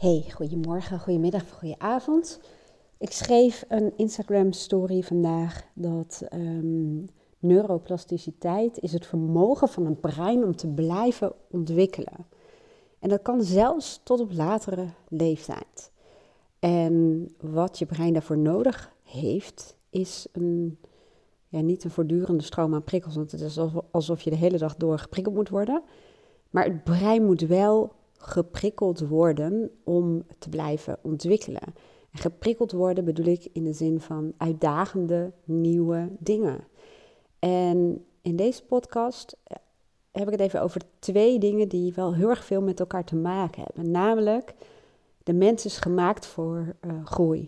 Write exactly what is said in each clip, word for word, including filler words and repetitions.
Hey, goedemorgen, goedemiddag of goedenavond. Ik schreef een Instagram story vandaag dat um, neuroplasticiteit is het vermogen van het brein om te blijven ontwikkelen. En dat kan zelfs tot op latere leeftijd. En wat je brein daarvoor nodig heeft, is een, ja, niet een voortdurende stroom aan prikkels, want het is alsof je de hele dag door geprikkeld moet worden. Maar het brein moet wel geprikkeld worden om te blijven ontwikkelen. En geprikkeld worden bedoel ik in de zin van uitdagende nieuwe dingen. En in deze podcast heb ik het even over twee dingen die wel heel erg veel met elkaar te maken hebben. Namelijk, de mens is gemaakt voor uh, groei.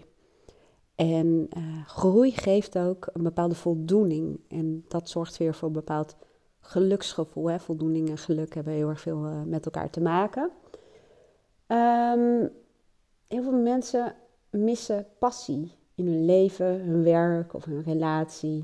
En uh, groei geeft ook een bepaalde voldoening. En dat zorgt weer voor een bepaald geluksgevoel. Hè? Voldoening en geluk hebben heel erg veel uh, met elkaar te maken. Um, heel veel mensen missen passie in hun leven, hun werk of hun relatie.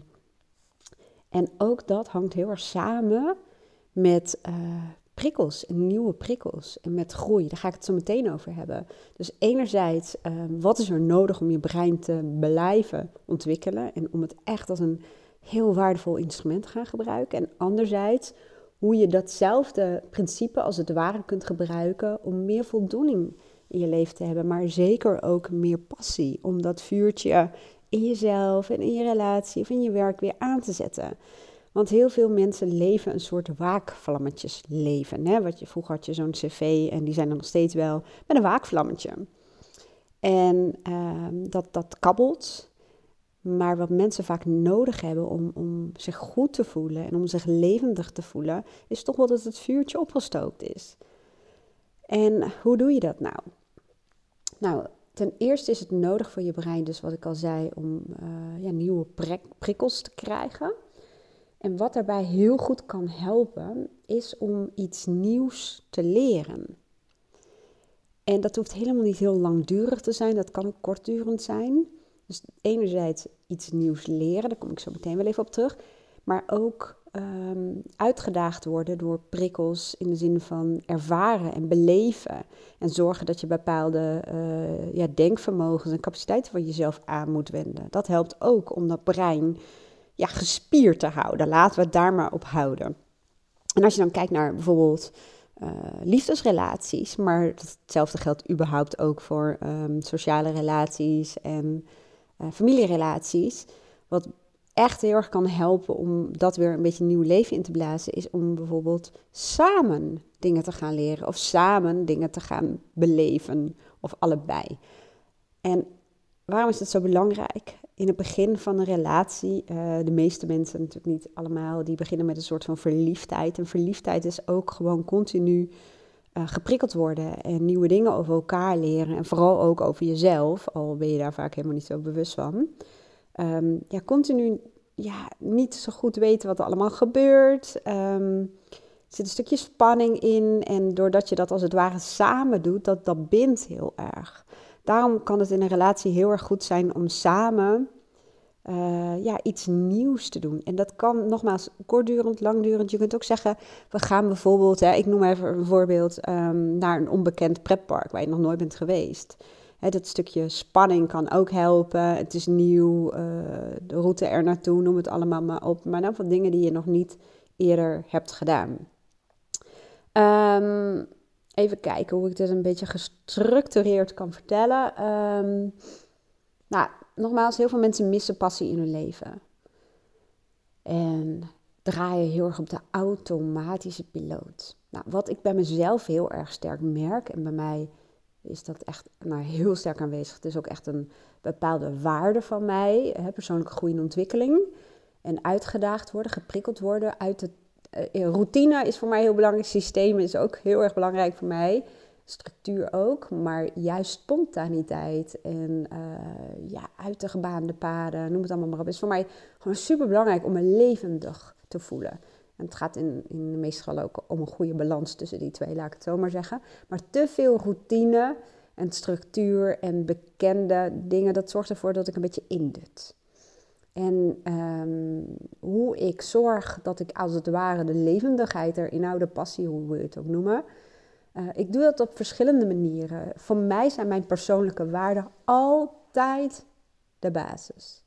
En ook dat hangt heel erg samen met uh, prikkels, en nieuwe prikkels en met groei. Daar ga ik het zo meteen over hebben. Dus enerzijds, uh, wat is er nodig om je brein te blijven ontwikkelen en om het echt als een heel waardevol instrument te gaan gebruiken. En anderzijds, hoe je datzelfde principe als het ware kunt gebruiken om meer voldoening in je leven te hebben, maar zeker ook meer passie, om dat vuurtje in jezelf en in je relatie of in je werk weer aan te zetten. Want heel veel mensen leven een soort waakvlammetjesleven. Hè? Wat je, vroeger had je zo'n cv en die zijn er nog steeds wel met een waakvlammetje. En uh, dat, dat kabbelt. Maar wat mensen vaak nodig hebben om, om zich goed te voelen en om zich levendig te voelen, is toch wel dat het vuurtje opgestookt is. En hoe doe je dat nou? Nou, ten eerste is het nodig voor je brein, dus wat ik al zei, om uh, ja, nieuwe prik- prikkels te krijgen. En wat daarbij heel goed kan helpen, is om iets nieuws te leren. En dat hoeft helemaal niet heel langdurig te zijn, dat kan ook kortdurend zijn. Dus enerzijds iets nieuws leren, daar kom ik zo meteen wel even op terug. Maar ook um, uitgedaagd worden door prikkels in de zin van ervaren en beleven. En zorgen dat je bepaalde uh, ja, denkvermogens en capaciteiten van jezelf aan moet wenden. Dat helpt ook om dat brein ja, gespierd te houden. Laten we het daar maar op houden. En als je dan kijkt naar bijvoorbeeld uh, liefdesrelaties, maar hetzelfde geldt überhaupt ook voor um, sociale relaties en uh, familierelaties. Wat echt heel erg kan helpen om dat weer een beetje nieuw leven in te blazen, is om bijvoorbeeld samen dingen te gaan leren of samen dingen te gaan beleven of allebei. En waarom is dat zo belangrijk? In het begin van een relatie, uh, de meeste mensen natuurlijk niet allemaal, die beginnen met een soort van verliefdheid. En verliefdheid is ook gewoon continu uh, geprikkeld worden en nieuwe dingen over elkaar leren. En vooral ook over jezelf, al ben je daar vaak helemaal niet zo bewust van. Um, ja, continu ja, niet zo goed weten wat er allemaal gebeurt. Um, er zit een stukje spanning in en doordat je dat als het ware samen doet, dat, dat bindt heel erg. Daarom kan het in een relatie heel erg goed zijn om samen uh, ja, iets nieuws te doen. En dat kan nogmaals kortdurend, langdurend. Je kunt ook zeggen, we gaan bijvoorbeeld, hè, ik noem even een voorbeeld, um, naar een onbekend pretpark waar je nog nooit bent geweest. Hè, dat stukje spanning kan ook helpen. Het is nieuw, uh, de route er naartoe, noem het allemaal maar op. Maar dan van dingen die je nog niet eerder hebt gedaan. Um, Even kijken hoe ik dit een beetje gestructureerd kan vertellen. Um, nou, nogmaals, heel veel mensen missen passie in hun leven. En draaien heel erg op de automatische piloot. Nou, wat ik bij mezelf heel erg sterk merk, en bij mij is dat echt nou, heel sterk aanwezig. Het is ook echt een bepaalde waarde van mij, hè, persoonlijke groei en ontwikkeling. En uitgedaagd worden, geprikkeld worden uit de Uh, routine is voor mij heel belangrijk. Systemen is ook heel erg belangrijk voor mij. Structuur ook. Maar juist spontaniteit en uh, ja, uit de gebaande paden, noem het allemaal maar op. Is voor mij gewoon super belangrijk om me levendig te voelen. En het gaat in, in de meeste gevallen ook om een goede balans tussen die twee, laat ik het zo maar zeggen. Maar te veel routine en structuur en bekende dingen, dat zorgt ervoor dat ik een beetje indut. En um, hoe ik zorg dat ik als het ware de levendigheid erin hou, de passie, hoe we het ook noemen, Uh, ik doe dat op verschillende manieren. Voor mij zijn mijn persoonlijke waarden altijd de basis.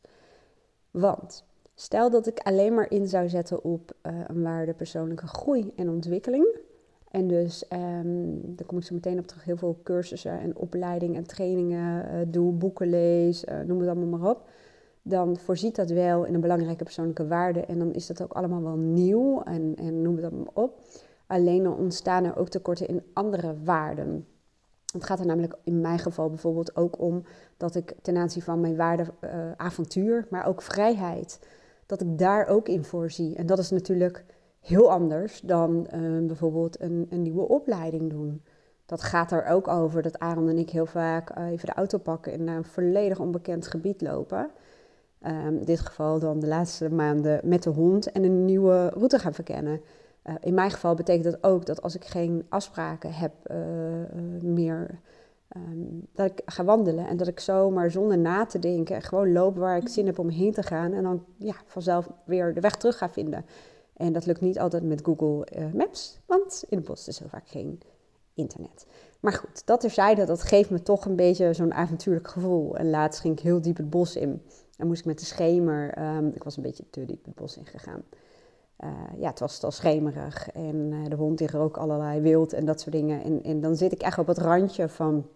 Want stel dat ik alleen maar in zou zetten op uh, een waarde persoonlijke groei en ontwikkeling. En dus, um, daar kom ik zo meteen op terug, heel veel cursussen en opleidingen en trainingen uh, doe, boeken lees, uh, noem het allemaal maar op. Dan voorziet dat wel in een belangrijke persoonlijke waarde en dan is dat ook allemaal wel nieuw en, en noem het allemaal maar op. Alleen dan ontstaan er ook tekorten in andere waarden. Het gaat er namelijk in mijn geval bijvoorbeeld ook om dat ik ten aanzien van mijn waarde uh, avontuur, maar ook vrijheid, dat ik daar ook in voorzie. En dat is natuurlijk heel anders dan uh, bijvoorbeeld een, een nieuwe opleiding doen. Dat gaat er ook over dat Aaron en ik heel vaak uh, even de auto pakken en naar een volledig onbekend gebied lopen. Uh, in dit geval dan de laatste maanden met de hond en een nieuwe route gaan verkennen. Uh, in mijn geval betekent dat ook dat als ik geen afspraken heb uh, uh, meer, um, dat ik ga wandelen en dat ik zomaar zonder na te denken gewoon loop waar ik zin heb om heen te gaan en dan ja, vanzelf weer de weg terug ga vinden. En dat lukt niet altijd met Google uh, Maps, want in de bos is zo vaak geen internet. Maar goed, dat terzijde, dat geeft me toch een beetje zo'n avontuurlijk gevoel. En laatst ging ik heel diep het bos in en moest ik met de schemer, um, ik was een beetje te diep het bos ingegaan. Uh, ja, het was al schemerig en uh, de hond die rook allerlei wild en dat soort dingen. En, en dan zit ik echt op het randje van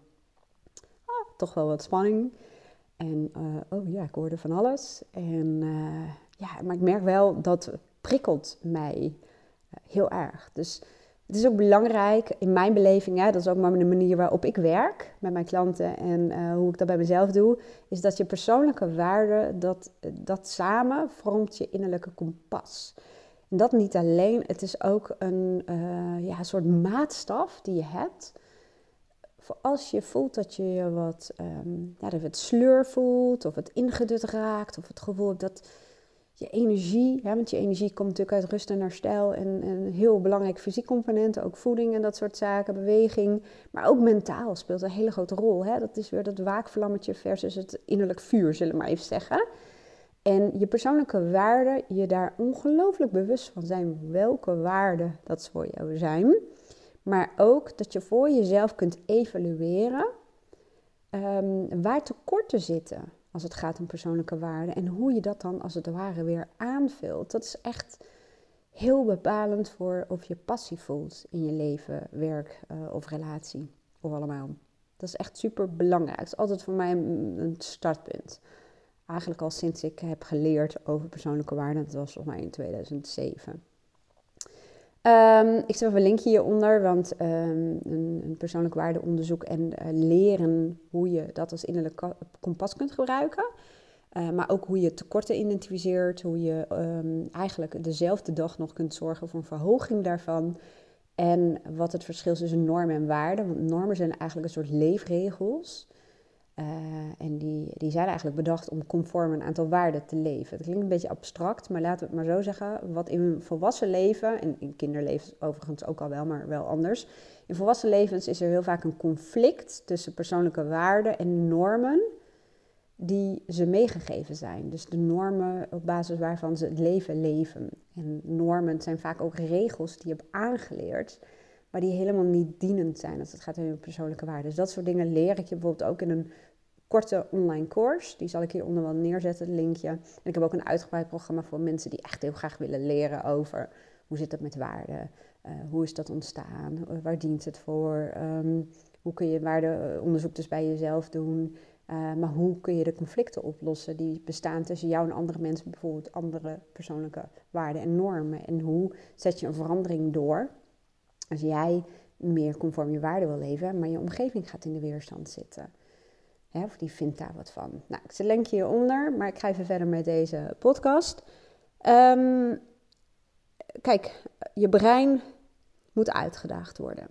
ah, toch wel wat spanning. En uh, oh ja, ik hoorde van alles. En uh, ja, maar ik merk wel dat prikkelt mij uh, heel erg. Dus het is ook belangrijk in mijn beleving, hè, dat is ook maar de manier waarop ik werk met mijn klanten en uh, hoe ik dat bij mezelf doe, is dat je persoonlijke waarde, dat, dat samen vormt je innerlijke kompas. En dat niet alleen, het is ook een, uh, ja, een soort maatstaf die je hebt. Voor als je voelt dat je je wat, um, ja, dat je het sleur voelt, of het ingedut raakt, of het gevoel hebt dat je energie, ja, want je energie komt natuurlijk uit rust en herstel en een heel belangrijk fysiek component, ook voeding en dat soort zaken, beweging, maar ook mentaal speelt een hele grote rol. Hè? Dat is weer dat waakvlammetje versus het innerlijk vuur, zullen we maar even zeggen. En je persoonlijke waarden, je daar ongelooflijk bewust van zijn welke waarden dat voor jou zijn. Maar ook dat je voor jezelf kunt evalueren um, waar tekorten zitten als het gaat om persoonlijke waarden. En hoe je dat dan als het ware weer aanvult. Dat is echt heel bepalend voor of je passie voelt in je leven, werk uh, of relatie. Of allemaal. Dat is echt super belangrijk. Dat is altijd voor mij een, een startpunt. Eigenlijk al sinds ik heb geleerd over persoonlijke waarden. Dat was volgens mij in tweeduizend zeven. Um, ik zet even een linkje hieronder, want um, een, een persoonlijk waardeonderzoek en uh, leren hoe je dat als innerlijk kompas kunt gebruiken. Uh, maar ook hoe je tekorten identificeert, hoe je um, eigenlijk dezelfde dag nog kunt zorgen voor een verhoging daarvan. En wat het verschil is tussen normen en waarden. Want normen zijn eigenlijk een soort leefregels. Uh, en die, die zijn eigenlijk bedacht om conform een aantal waarden te leven. Het klinkt een beetje abstract, maar laten we het maar zo zeggen. Wat in een volwassen leven, en in kinderlevens overigens ook al wel, maar wel anders. In volwassen levens is er heel vaak een conflict tussen persoonlijke waarden en normen die ze meegegeven zijn. Dus de normen op basis waarvan ze het leven leven. En normen zijn vaak ook regels die je hebt aangeleerd, maar die helemaal niet dienend zijn als het gaat om je persoonlijke waarden. Dus dat soort dingen leer ik je bijvoorbeeld ook in een korte online course. Die zal ik hieronder wel neerzetten, het linkje. En ik heb ook een uitgebreid programma voor mensen die echt heel graag willen leren over hoe zit het met waarden, uh, hoe is dat ontstaan, uh, waar dient het voor, um, hoe kun je waardeonderzoek dus bij jezelf doen, uh, maar hoe kun je de conflicten oplossen die bestaan tussen jou en andere mensen, bijvoorbeeld andere persoonlijke waarden en normen. En hoe zet je een verandering door als jij meer conform je waarden wil leven, maar je omgeving gaat in de weerstand zitten. Hè, of die vindt daar wat van. Nou, ik zet een linkje hieronder, maar ik ga even verder met deze podcast. Um, kijk, je brein moet uitgedaagd worden.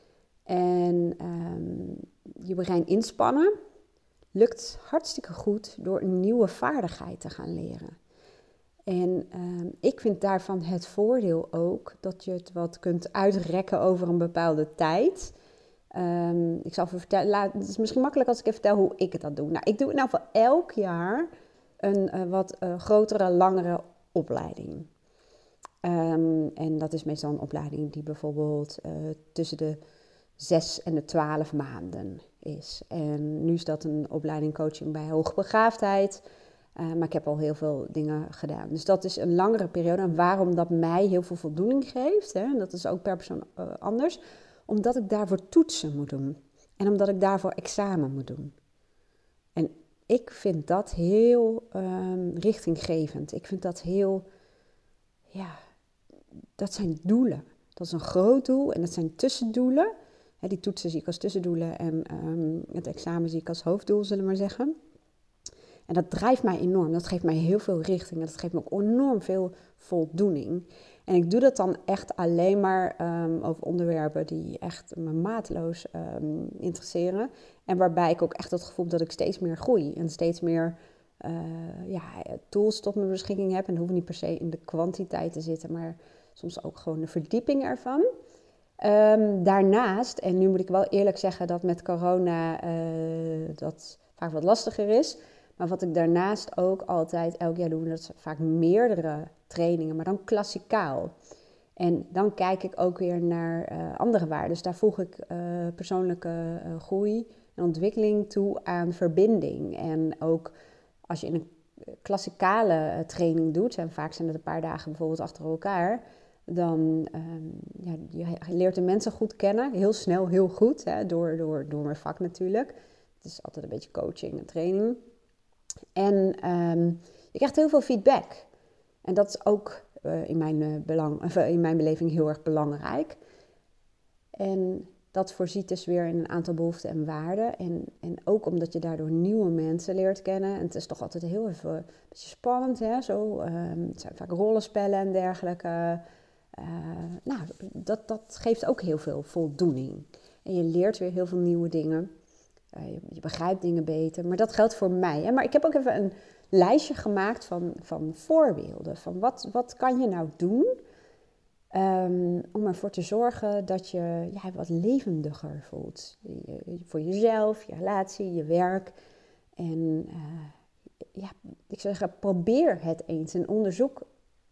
En um, je brein inspannen lukt hartstikke goed door een nieuwe vaardigheid te gaan leren. En um, ik vind daarvan het voordeel ook dat je het wat kunt uitrekken over een bepaalde tijd. Um, ik zal even vertellen, laat, het is misschien makkelijk als ik even vertel hoe ik het dat doe. Nou, ik doe in ieder geval elk jaar een uh, wat uh, grotere, langere opleiding. Um, en dat is meestal een opleiding die bijvoorbeeld uh, tussen de zes en de twaalf maanden is. En nu is dat een opleiding coaching bij hoogbegaafdheid. Uh, maar ik heb al heel veel dingen gedaan. Dus dat is een langere periode. En waarom dat mij heel veel voldoening geeft, hè, dat is ook per persoon uh, anders. Omdat ik daarvoor toetsen moet doen. En omdat ik daarvoor examen moet doen. En ik vind dat heel um, richtinggevend. Ik vind dat heel, ja, dat zijn doelen. Dat is een groot doel en dat zijn tussendoelen. He, die toetsen zie ik als tussendoelen en um, het examen zie ik als hoofddoel, zullen we maar zeggen. En dat drijft mij enorm. Dat geeft mij heel veel richting. En dat geeft me ook enorm veel voldoening. En ik doe dat dan echt alleen maar um, over onderwerpen die echt me mateloos um, interesseren. En waarbij ik ook echt het gevoel heb dat ik steeds meer groei. En steeds meer uh, ja, tools tot mijn beschikking heb. En dat hoeft niet per se in de kwantiteit te zitten, maar soms ook gewoon de verdieping ervan. Um, daarnaast, en nu moet ik wel eerlijk zeggen dat met corona uh, dat vaak wat lastiger is. Maar wat ik daarnaast ook altijd elk jaar doe, dat is vaak meerdere trainingen, maar dan klassikaal. En dan kijk ik ook weer naar uh, andere waarden. Dus daar voeg ik uh, persoonlijke uh, groei en ontwikkeling toe aan verbinding. En ook als je in een klassikale uh, training doet, en vaak zijn het een paar dagen bijvoorbeeld achter elkaar, dan um, ja, je leert de mensen goed kennen, heel snel, heel goed, hè, door, door, door mijn vak natuurlijk. Het is altijd een beetje coaching en training. En um, je krijgt heel veel feedback. En dat is ook uh, in, mijn, uh, belang, of, uh, in mijn beleving heel erg belangrijk. En dat voorziet dus weer in een aantal behoeften en waarden. En, en ook omdat je daardoor nieuwe mensen leert kennen. En het is toch altijd heel even een beetje spannend. Hè? Zo, um, het zijn vaak rollenspellen en dergelijke. Uh, nou, dat, dat geeft ook heel veel voldoening. En je leert weer heel veel nieuwe dingen. Uh, je, je begrijpt dingen beter, maar dat geldt voor mij. Hè? Maar ik heb ook even een lijstje gemaakt van, van voorbeelden. Van wat, wat kan je nou doen um, om ervoor te zorgen dat je ja, wat levendiger voelt. Je, voor jezelf, je relatie, je werk. En uh, ja, ik zou zeggen, probeer het eens en onderzoek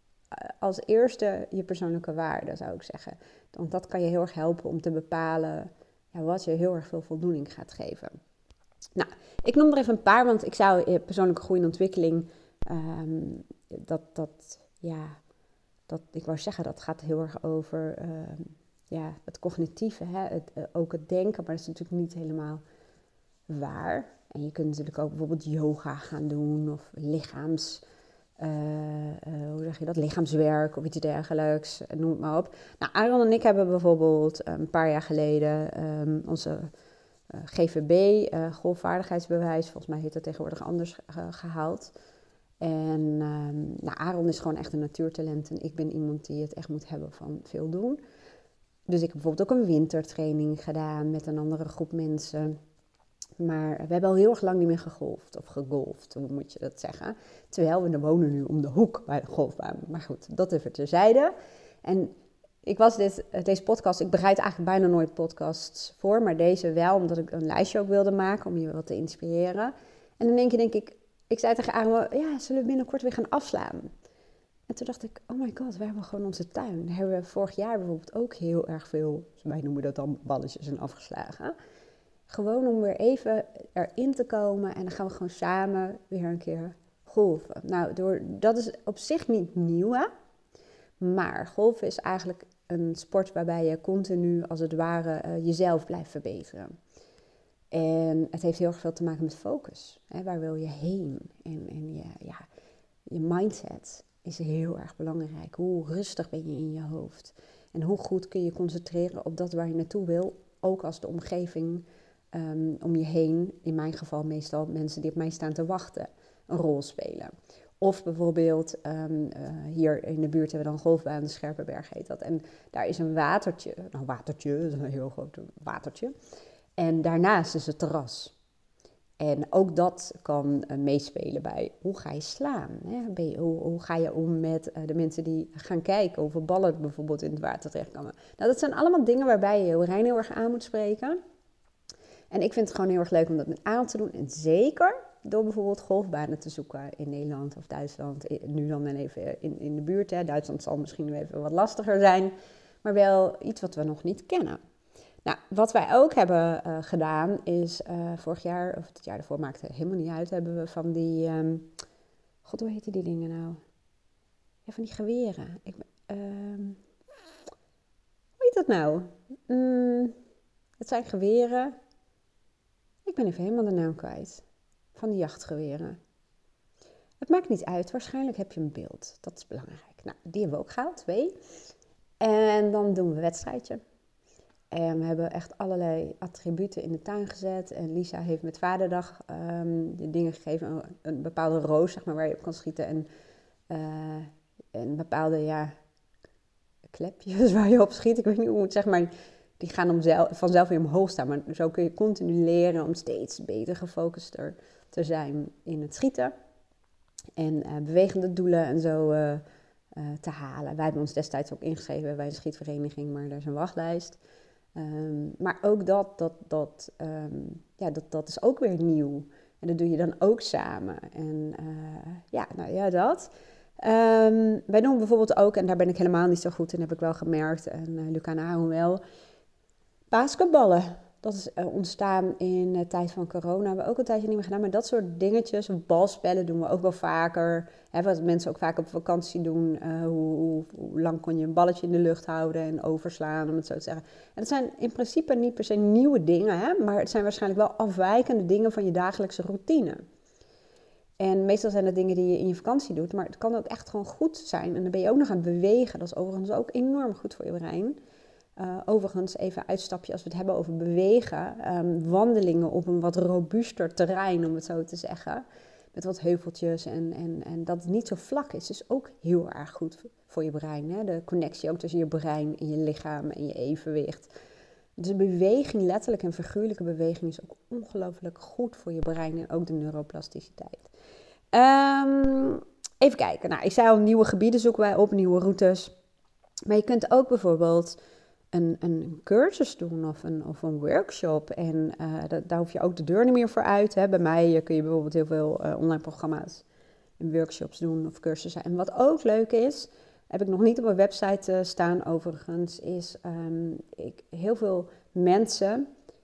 als eerste je persoonlijke waarden, zou ik zeggen. Want dat kan je heel erg helpen om te bepalen ja, wat je heel erg veel voldoening gaat geven. Nou, ik noem er even een paar, want ik zou persoonlijke groei en ontwikkeling, um, dat, dat, ja, dat, ik wou zeggen, dat gaat heel erg over um, ja, het cognitieve, hè? Het, uh, ook het denken, maar dat is natuurlijk niet helemaal waar. En je kunt natuurlijk ook bijvoorbeeld yoga gaan doen of lichaams... Uh, uh, hoe zeg je dat, lichaamswerk of iets dergelijks, noem het maar op. Nou, Aaron en ik hebben bijvoorbeeld een paar jaar geleden um, onze uh, G V B, uh, golfvaardigheidsbewijs, volgens mij heet dat tegenwoordig anders, uh, gehaald. En um, nou, Aaron is gewoon echt een natuurtalent en ik ben iemand die het echt moet hebben van veel doen. Dus ik heb bijvoorbeeld ook een wintertraining gedaan met een andere groep mensen. Maar we hebben al heel erg lang niet meer gegolfd, of gegolfd, hoe moet je dat zeggen. Terwijl we wonen nu om de hoek bij de golfbaan. Maar goed, dat even terzijde. En ik was dit, deze podcast, ik bereid eigenlijk bijna nooit podcasts voor, maar deze wel, omdat ik een lijstje ook wilde maken om je wat te inspireren. En dan denk je, denk ik, ik zei tegen Aaron, ja, zullen we binnenkort weer gaan afslaan? En toen dacht ik, oh my god, we hebben gewoon onze tuin. Daar hebben we vorig jaar bijvoorbeeld ook heel erg veel, wij noemen dat dan balletjes en afgeslagen. Gewoon om weer even erin te komen en dan gaan we gewoon samen weer een keer golfen. Nou, door, dat is op zich niet nieuw, hè? Maar golfen is eigenlijk een sport waarbij je continu, als het ware, uh, jezelf blijft verbeteren. En het heeft heel erg veel te maken met focus. Hè? Waar wil je heen? En, en je, ja, je mindset is heel erg belangrijk. Hoe rustig ben je in je hoofd? En hoe goed kun je concentreren op dat waar je naartoe wil, ook als de omgeving Um, om je heen, in mijn geval meestal mensen die op mij staan te wachten, een rol spelen. Of bijvoorbeeld, um, uh, hier in de buurt hebben we dan een golfbaan, de Scherpenberg heet dat. En daar is een watertje, nou watertje, dat is een heel groot watertje. En daarnaast is het terras. En ook dat kan uh, meespelen bij hoe ga je slaan. Hè? Ben je, hoe, hoe ga je om met uh, de mensen die gaan kijken of er ballen bijvoorbeeld in het water terechtkomen. Nou, dat zijn allemaal dingen waarbij je heel Rijn heel erg aan moet spreken. En ik vind het gewoon heel erg leuk om dat met aan te doen. En zeker door bijvoorbeeld golfbanen te zoeken in Nederland of Duitsland. Nu dan even in, in de buurt. Hè. Duitsland zal misschien even wat lastiger zijn. Maar wel iets wat we nog niet kennen. Nou, wat wij ook hebben uh, gedaan is, uh, vorig jaar, of het jaar daarvoor maakte helemaal niet uit, hebben we van die, um, god hoe heet die dingen nou? Ja, van die geweren. Ik, um, hoe heet dat nou? Mm, het zijn geweren. Ik ben even helemaal de naam kwijt. Van die jachtgeweren. Het maakt niet uit, waarschijnlijk heb je een beeld. Dat is belangrijk. Nou, die hebben we ook gehaald, twee. En dan doen we een wedstrijdje. En we hebben echt allerlei attributen in de tuin gezet. En Lisa heeft met Vaderdag um, de dingen gegeven. Een, een bepaalde roos, zeg maar, waar je op kan schieten. En uh, een bepaalde, ja, klepjes waar je op schiet. Ik weet niet hoe ik het zeg, maar die gaan om zelf, vanzelf weer omhoog staan. Maar zo kun je continu leren om steeds beter gefocuster te zijn in het schieten. En uh, bewegende doelen en zo uh, uh, te halen. Wij hebben ons destijds ook ingeschreven bij een schietvereniging, maar er is een wachtlijst. Um, maar ook dat, dat, dat, um, ja, dat, dat is ook weer nieuw. En dat doe je dan ook samen. En uh, ja, nou ja, dat. Um, wij doen bijvoorbeeld ook, en daar ben ik helemaal niet zo goed in, heb ik wel gemerkt. En uh, Luca en Aaron wel. Basketballen. Dat is uh, ontstaan in de tijd van corona. Hebben we ook een tijdje niet meer gedaan. Maar dat soort dingetjes, of balspellen doen we ook wel vaker. Hè, wat mensen ook vaak op vakantie doen. Uh, hoe, hoe, hoe lang kon je een balletje in de lucht houden en overslaan, om het zo te zeggen. En dat zijn in principe niet per se nieuwe dingen. Hè, maar het zijn waarschijnlijk wel afwijkende dingen van je dagelijkse routine. En meestal zijn het dingen die je in je vakantie doet. Maar het kan ook echt gewoon goed zijn. En dan ben je ook nog aan het bewegen. Dat is overigens ook enorm goed voor je brein. Uh, overigens, even uitstapje als we het hebben over bewegen. Um, wandelingen op een wat robuuster terrein, om het zo te zeggen. Met wat heuveltjes en, en, en dat het niet zo vlak is. Is ook heel erg goed voor je brein. Hè? De connectie ook tussen je brein en je lichaam en je evenwicht. Dus beweging, letterlijk en figuurlijke beweging, is ook ongelooflijk goed voor je brein en ook de neuroplasticiteit. Um, even kijken. Nou, ik zei al, nieuwe gebieden zoeken wij op, nieuwe routes. Maar je kunt ook bijvoorbeeld Een, een cursus doen of een, of een workshop. En uh, dat, daar hoef je ook de deur niet meer voor uit. Hè. Bij mij kun je bijvoorbeeld heel veel uh, online programma's en workshops doen of cursussen. En wat ook leuk is, heb ik nog niet op mijn website uh, staan overigens, is um, ik, heel veel mensen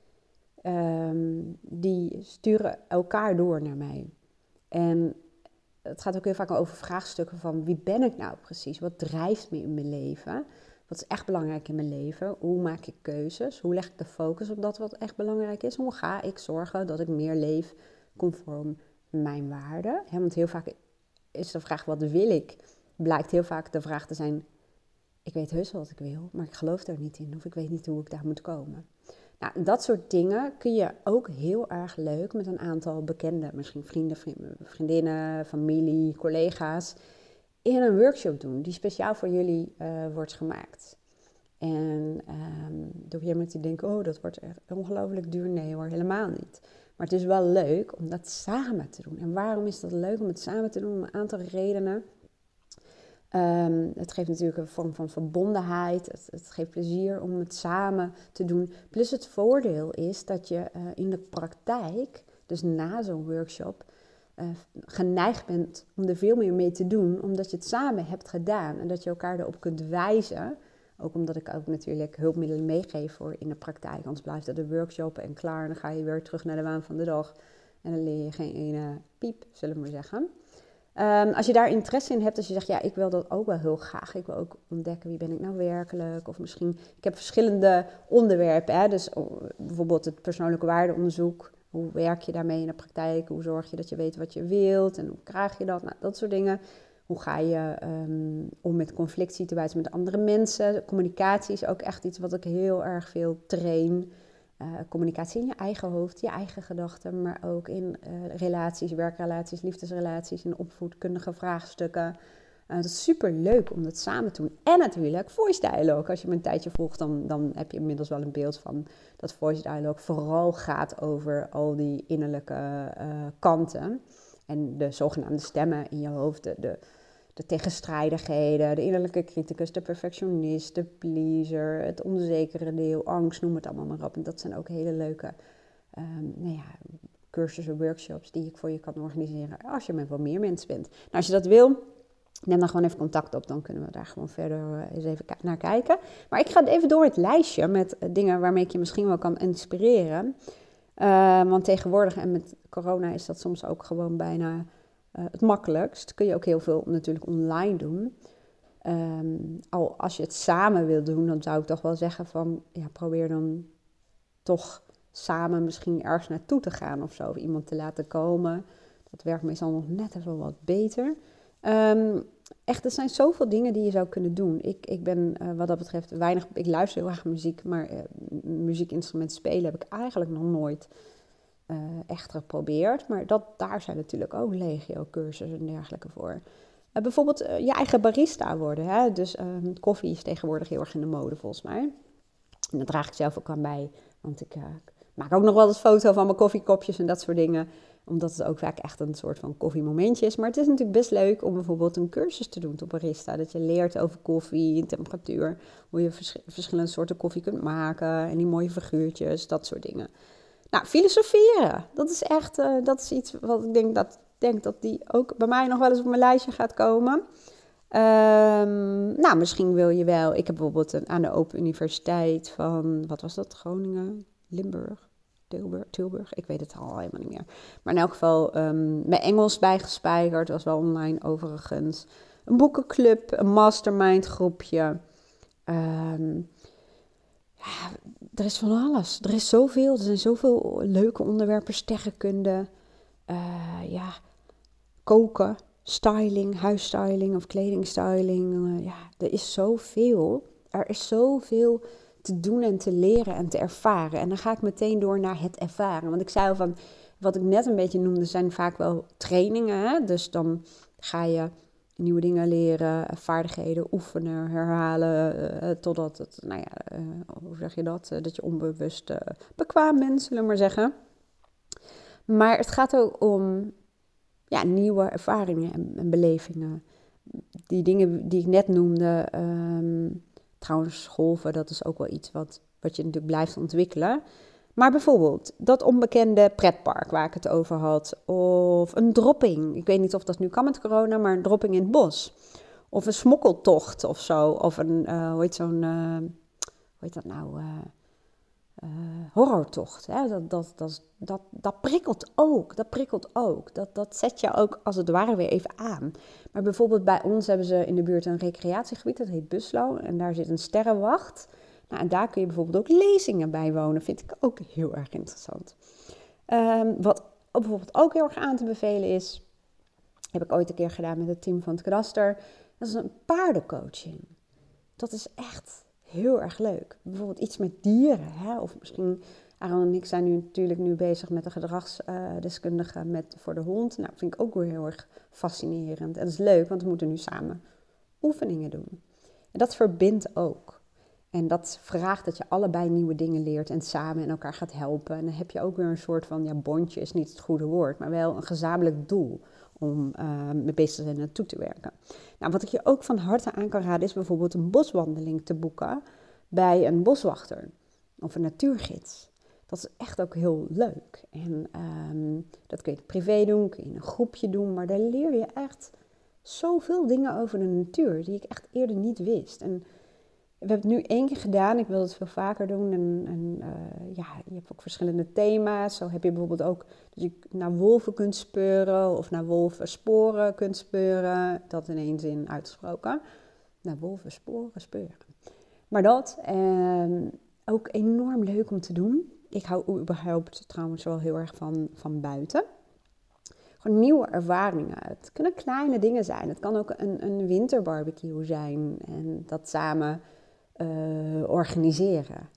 um, die sturen elkaar door naar mij. En het gaat ook heel vaak over vraagstukken van wie ben ik nou precies? Wat drijft me in mijn leven? Wat is echt belangrijk in mijn leven? Hoe maak ik keuzes? Hoe leg ik de focus op dat wat echt belangrijk is? Hoe ga ik zorgen dat ik meer leef conform mijn waarden? He, want heel vaak is de vraag, wat wil ik? Blijkt heel vaak de vraag te zijn, ik weet heus wel wat ik wil, maar ik geloof er niet in. Of ik weet niet hoe ik daar moet komen. Nou, dat soort dingen kun je ook heel erg leuk met een aantal bekenden, misschien vrienden, vriendinnen, familie, collega's, in een workshop doen die speciaal voor jullie uh, wordt gemaakt. En um, door je met die denken, oh, dat wordt echt ongelooflijk duur. Nee hoor, helemaal niet. Maar het is wel leuk om dat samen te doen. En waarom is dat leuk om het samen te doen? Om een aantal redenen. Um, het geeft natuurlijk een vorm van verbondenheid. Het, het geeft plezier om het samen te doen. Plus het voordeel is dat je uh, in de praktijk, dus na zo'n workshop, Uh, geneigd bent om er veel meer mee te doen, omdat je het samen hebt gedaan en dat je elkaar erop kunt wijzen. Ook omdat ik ook natuurlijk hulpmiddelen meegeef voor in de praktijk. Anders blijft het een workshop en klaar. En dan ga je weer terug naar de waan van de dag. En dan leer je geen ene piep, zullen we maar zeggen. Um, als je daar interesse in hebt, als je zegt, ja, ik wil dat ook wel heel graag. Ik wil ook ontdekken, wie ben ik nou werkelijk? Of misschien, ik heb verschillende onderwerpen. Hè? Dus oh, bijvoorbeeld het persoonlijke waardeonderzoek. Hoe werk je daarmee in de praktijk? Hoe zorg je dat je weet wat je wilt? En hoe krijg je dat? Nou, dat soort dingen. Hoe ga je um, om met conflict situaties met andere mensen? Communicatie is ook echt iets wat ik heel erg veel train. Uh, communicatie in je eigen hoofd, je eigen gedachten, maar ook in uh, relaties, werkrelaties, liefdesrelaties, in opvoedkundige vraagstukken. Uh, dat is super leuk om dat samen te doen. En natuurlijk voice dialogue. Als je me een tijdje volgt, dan, dan heb je inmiddels wel een beeld van dat voice dialogue vooral gaat over al die innerlijke uh, kanten. En de zogenaamde stemmen in je hoofd, de, de, de tegenstrijdigheden, de innerlijke criticus, de perfectionist, de pleaser, het onzekere deel, angst, noem het allemaal maar op. En dat zijn ook hele leuke um, nou ja, cursussen, workshops die ik voor je kan organiseren als je met wat meer mensen bent. Nou, als je dat wil, Neem dan gewoon even contact op, dan kunnen we daar gewoon verder uh, eens even k- naar kijken. Maar ik ga even door het lijstje met uh, dingen waarmee ik je misschien wel kan inspireren. Uh, want tegenwoordig en met corona is dat soms ook gewoon bijna uh, het makkelijkst. Kun je ook heel veel natuurlijk online doen. Um, al als je het samen wil doen, dan zou ik toch wel zeggen van, ja, probeer dan toch samen misschien ergens naartoe te gaan of zo. Of iemand te laten komen. Dat werkt meestal nog net even wat beter. Um, echt, er zijn zoveel dingen die je zou kunnen doen. Ik, ik ben uh, wat dat betreft weinig... Ik luister heel erg muziek, maar uh, muziekinstrumenten spelen heb ik eigenlijk nog nooit uh, echt geprobeerd. Maar dat, daar zijn natuurlijk ook legio cursussen en dergelijke voor. Uh, bijvoorbeeld uh, je eigen barista worden. Hè? Dus uh, koffie is tegenwoordig heel erg in de mode volgens mij. En dat draag ik zelf ook aan bij. Want ik uh, maak ook nog wel eens foto van mijn koffiekopjes en dat soort dingen. Omdat het ook vaak echt een soort van koffiemomentje is. Maar het is natuurlijk best leuk om bijvoorbeeld een cursus te doen op barista. Dat je leert over koffie, temperatuur. Hoe je vers- verschillende soorten koffie kunt maken. En die mooie figuurtjes, dat soort dingen. Nou, filosoferen. Dat is echt, uh, dat is iets wat ik denk dat, denk dat die ook bij mij nog wel eens op mijn lijstje gaat komen. Um, nou, misschien wil je wel... Ik heb bijvoorbeeld een, aan de Open Universiteit van... Wat was dat? Groningen? Limburg? Tilburg? Tilburg? Ik weet het al helemaal niet meer. Maar in elk geval um, mijn Engels bijgespijkerd. Was wel online overigens. Een boekenclub. Een mastermind groepje. Um, ja, er is van alles. Er is zoveel. Er zijn zoveel leuke onderwerpen. Sterrenkunde. Uh, ja, koken. Styling, huisstyling of kledingstyling. Uh, ja, er is zoveel. Er is zoveel te doen en te leren en te ervaren. En dan ga ik meteen door naar het ervaren. Want ik zei al van, wat ik net een beetje noemde, zijn vaak wel trainingen. Hè? Dus dan ga je nieuwe dingen leren, vaardigheden oefenen, herhalen. Uh, totdat het, nou ja, uh, hoe zeg je dat? Uh, dat je onbewust uh, bekwaam bent, zullen we maar zeggen. Maar het gaat ook om... Ja, nieuwe ervaringen en, en belevingen. Die dingen die ik net noemde, um, trouwens golven, dat is ook wel iets wat, wat je natuurlijk blijft ontwikkelen. Maar bijvoorbeeld dat onbekende pretpark waar ik het over had. Of een dropping. Ik weet niet of dat nu kan met corona, maar een dropping in het bos. Of een smokkeltocht of zo. Of een, uh, hoe heet zo'n, uh, hoe heet dat nou... Uh, Uh, horrortocht. Hè? Dat, dat, dat, dat, dat prikkelt ook. Dat prikkelt ook. Dat, dat zet je ook als het ware weer even aan. Maar bijvoorbeeld bij ons hebben ze in de buurt een recreatiegebied. Dat heet Buslo. En daar zit een sterrenwacht. Nou, en daar kun je bijvoorbeeld ook lezingen bijwonen. Vind ik ook heel erg interessant. Um, wat bijvoorbeeld ook heel erg aan te bevelen is... Heb ik ooit een keer gedaan met het team van het kadaster. Dat is een paardencoaching. Dat is echt... heel erg leuk. Bijvoorbeeld iets met dieren. Hè? Of misschien, Aaron en ik zijn nu natuurlijk nu bezig met een gedragsdeskundige uh, met, voor de hond. Nou, dat vind ik ook weer heel erg fascinerend. En dat is leuk, want we moeten nu samen oefeningen doen. En dat verbindt ook. En dat vraagt dat je allebei nieuwe dingen leert en samen en elkaar gaat helpen. En dan heb je ook weer een soort van, ja, bondje is niet het goede woord, maar wel een gezamenlijk doel om uh, mee bezig te zijn en naartoe te werken. Nou, wat ik je ook van harte aan kan raden is bijvoorbeeld een boswandeling te boeken bij een boswachter of een natuurgids. Dat is echt ook heel leuk. En um, dat kun je privé doen, kun je in een groepje doen, maar daar leer je echt zoveel dingen over de natuur die ik echt eerder niet wist. En we hebben het nu één keer gedaan, ik wil het veel vaker doen. En, en uh, ja, je hebt ook verschillende thema's. Zo heb je bijvoorbeeld ook dat je naar wolven kunt speuren of naar wolvensporen kunt speuren. Dat in één zin uitgesproken. Naar wolvensporen speuren. Maar dat, uh, ook enorm leuk om te doen. Ik hou überhaupt trouwens wel heel erg van, van buiten. Gewoon nieuwe ervaringen. Het kunnen kleine dingen zijn. Het kan ook een, een winterbarbecue zijn. En dat samen... Uh, organiseren.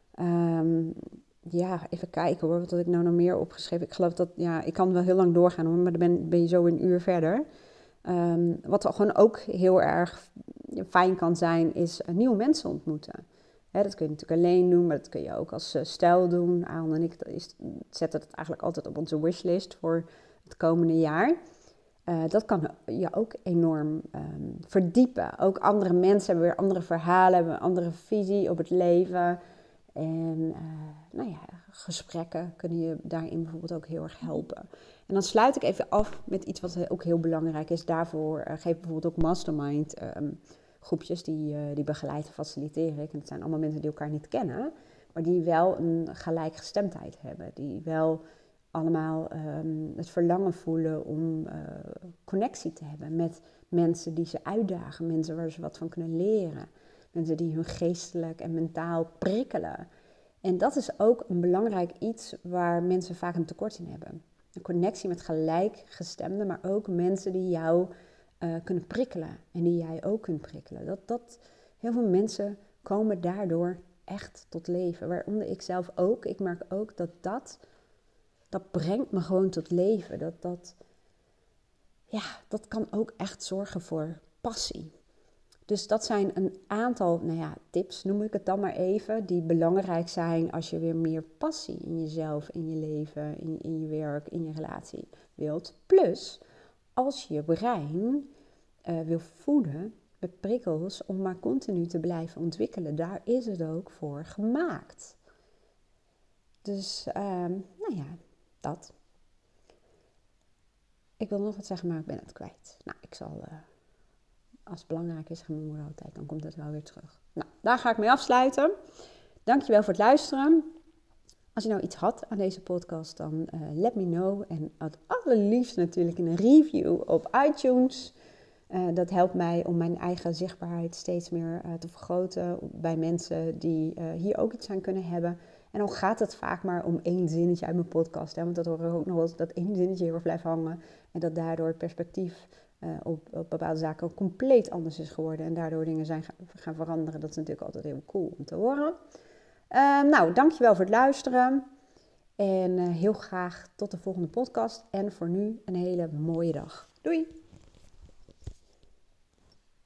Um, ja, even kijken hoor, wat had ik nou nog meer opgeschreven? Ik geloof dat, ja, ik kan wel heel lang doorgaan hoor, maar dan ben, ben je zo een uur verder. Um, wat gewoon ook heel erg fijn kan zijn, is uh, nieuwe mensen ontmoeten. Hè, dat kun je natuurlijk alleen doen, maar dat kun je ook als uh, stijl doen. Aaron en ik is, zetten het eigenlijk altijd op onze wishlist voor het komende jaar. Uh, dat kan je ook enorm um, verdiepen. Ook andere mensen hebben weer andere verhalen, hebben een andere visie op het leven. En uh, nou ja, gesprekken kunnen je daarin bijvoorbeeld ook heel erg helpen. En dan sluit ik even af met iets wat ook heel belangrijk is. Daarvoor uh, geef ik bijvoorbeeld ook mastermind um, groepjes, die, uh, die begeleid en faciliteer ik. En het zijn allemaal mensen die elkaar niet kennen, maar die wel een gelijkgestemdheid hebben. Die wel allemaal um, het verlangen voelen om uh, connectie te hebben met mensen die ze uitdagen. Mensen waar ze wat van kunnen leren. Mensen die hun geestelijk en mentaal prikkelen. En dat is ook een belangrijk iets waar mensen vaak een tekort in hebben. Een connectie met gelijkgestemden, maar ook mensen die jou uh, kunnen prikkelen. En die jij ook kunt prikkelen. Dat, dat, heel veel mensen komen daardoor echt tot leven. Waaronder ik zelf ook. Ik merk ook dat dat, dat brengt me gewoon tot leven. Dat, dat, ja, dat kan ook echt zorgen voor passie. Dus dat zijn een aantal nou ja, tips, noem ik het dan maar even, die belangrijk zijn als je weer meer passie in jezelf, in je leven, in, in je werk, in je relatie wilt. Plus, als je brein uh, wil voeden met prikkels om maar continu te blijven ontwikkelen, daar is het ook voor gemaakt. Dus, uh, nou ja, dat. Ik wil nog wat zeggen, maar ik ben het kwijt. Nou, ik zal... Uh, Als het belangrijk is, zegt mijn moeder altijd, dan komt het wel weer terug. Nou, daar ga ik mee afsluiten. Dankjewel voor het luisteren. Als je nou iets had aan deze podcast, dan uh, let me know. En het allerliefst natuurlijk in een review op iTunes. Uh, dat helpt mij om mijn eigen zichtbaarheid steeds meer uh, te vergroten bij mensen die uh, hier ook iets aan kunnen hebben. En dan gaat het vaak maar om één zinnetje uit mijn podcast. Hè, want dat hoor ik ook nog wel eens, dat één zinnetje heel erg blijft hangen. En dat daardoor het perspectief uh, op, op bepaalde zaken ook compleet anders is geworden. En daardoor dingen zijn gaan, gaan veranderen. Dat is natuurlijk altijd heel cool om te horen. Uh, nou, dankjewel voor het luisteren. En uh, heel graag tot de volgende podcast. En voor nu een hele mooie dag. Doei!